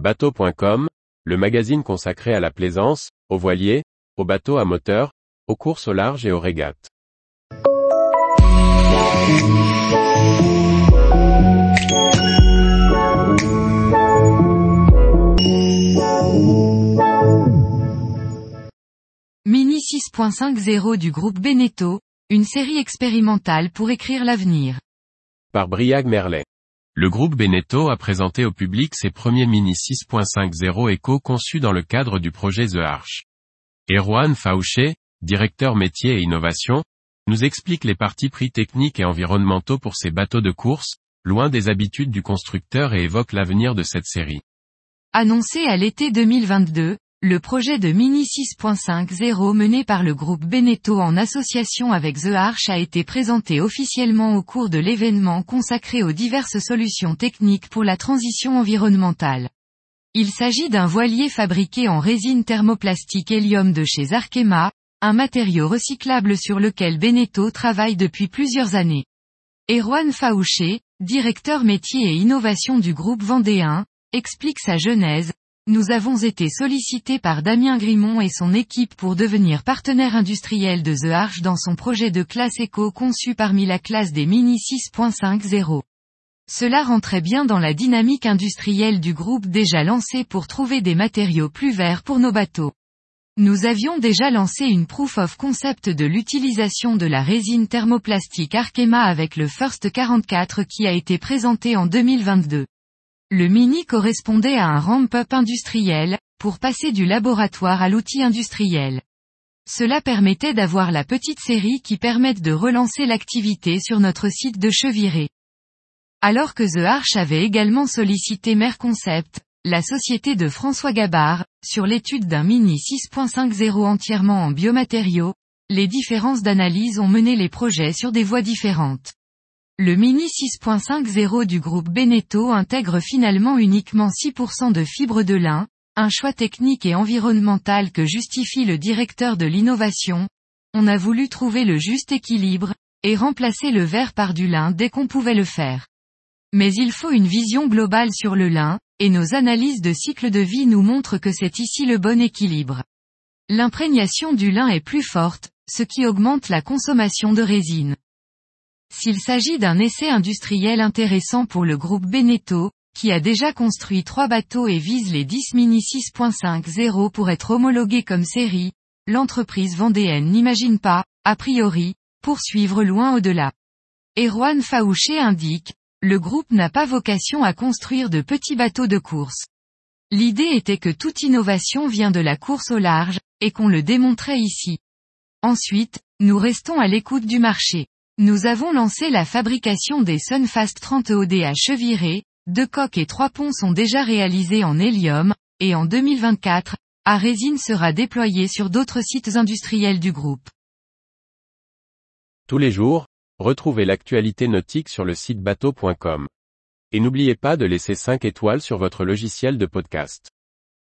Bateau.com, le magazine consacré à la plaisance, aux voiliers, aux bateaux à moteur, aux courses au large et aux régates. Mini 6.50 du groupe Beneteau, une série expérimentale pour écrire l'avenir. Par Briag Merlet. Le groupe Beneteau a présenté au public ses premiers Mini 6.50 Eco conçus dans le cadre du projet The Arch. Erwan Fauché, directeur métier et innovation, nous explique les partis pris techniques et environnementaux pour ces bateaux de course, loin des habitudes du constructeur et évoque l'avenir de cette série. Annoncé à l'été 2022, le projet de Mini 6.50 mené par le groupe Beneteau en association avec The Arch a été présenté officiellement au cours de l'événement consacré aux diverses solutions techniques pour la transition environnementale. Il s'agit d'un voilier fabriqué en résine thermoplastique hélium de chez Arkema, un matériau recyclable sur lequel Beneteau travaille depuis plusieurs années. Erwan Fauché, directeur métier et innovation du groupe vendéen, explique sa genèse. Nous avons été sollicités par Damien Grimont et son équipe pour devenir partenaire industriel de The Arch dans son projet de classe éco conçu parmi la classe des Mini 6.50. Cela rentrait bien dans la dynamique industrielle du groupe déjà lancé pour trouver des matériaux plus verts pour nos bateaux. Nous avions déjà lancé une proof of concept de l'utilisation de la résine thermoplastique Arkema avec le First 44 qui a été présenté en 2022. Le Mini correspondait à un ramp-up industriel, pour passer du laboratoire à l'outil industriel. Cela permettait d'avoir la petite série qui permette de relancer l'activité sur notre site de Cheviré. Alors que The Arch avait également sollicité Merconcept, la société de François Gabard, sur l'étude d'un Mini 6.50 entièrement en biomatériaux, les différences d'analyse ont mené les projets sur des voies différentes. Le Mini 6.50 du groupe Beneteau intègre finalement uniquement 6% de fibres de lin, un choix technique et environnemental que justifie le directeur de l'innovation. On a voulu trouver le juste équilibre, et remplacer le verre par du lin dès qu'on pouvait le faire. Mais il faut une vision globale sur le lin, et nos analyses de cycle de vie nous montrent que c'est ici le bon équilibre. L'imprégnation du lin est plus forte, ce qui augmente la consommation de résine. S'il s'agit d'un essai industriel intéressant pour le groupe Beneteau, qui a déjà construit 3 bateaux et vise les 10 Mini 6.50 pour être homologués comme série, l'entreprise vendéenne n'imagine pas, a priori, poursuivre loin au-delà. Erwan Fauché indique, le groupe n'a pas vocation à construire de petits bateaux de course. L'idée était que toute innovation vient de la course au large, et qu'on le démontrait ici. Ensuite, nous restons à l'écoute du marché. Nous avons lancé la fabrication des Sunfast 30 OD à Cheviré, 2 coques et 3 ponts sont déjà réalisés en hélium, et en 2024, à résine sera déployé sur d'autres sites industriels du groupe. Tous les jours, retrouvez l'actualité nautique sur le site bateau.com. Et n'oubliez pas de laisser 5 étoiles sur votre logiciel de podcast.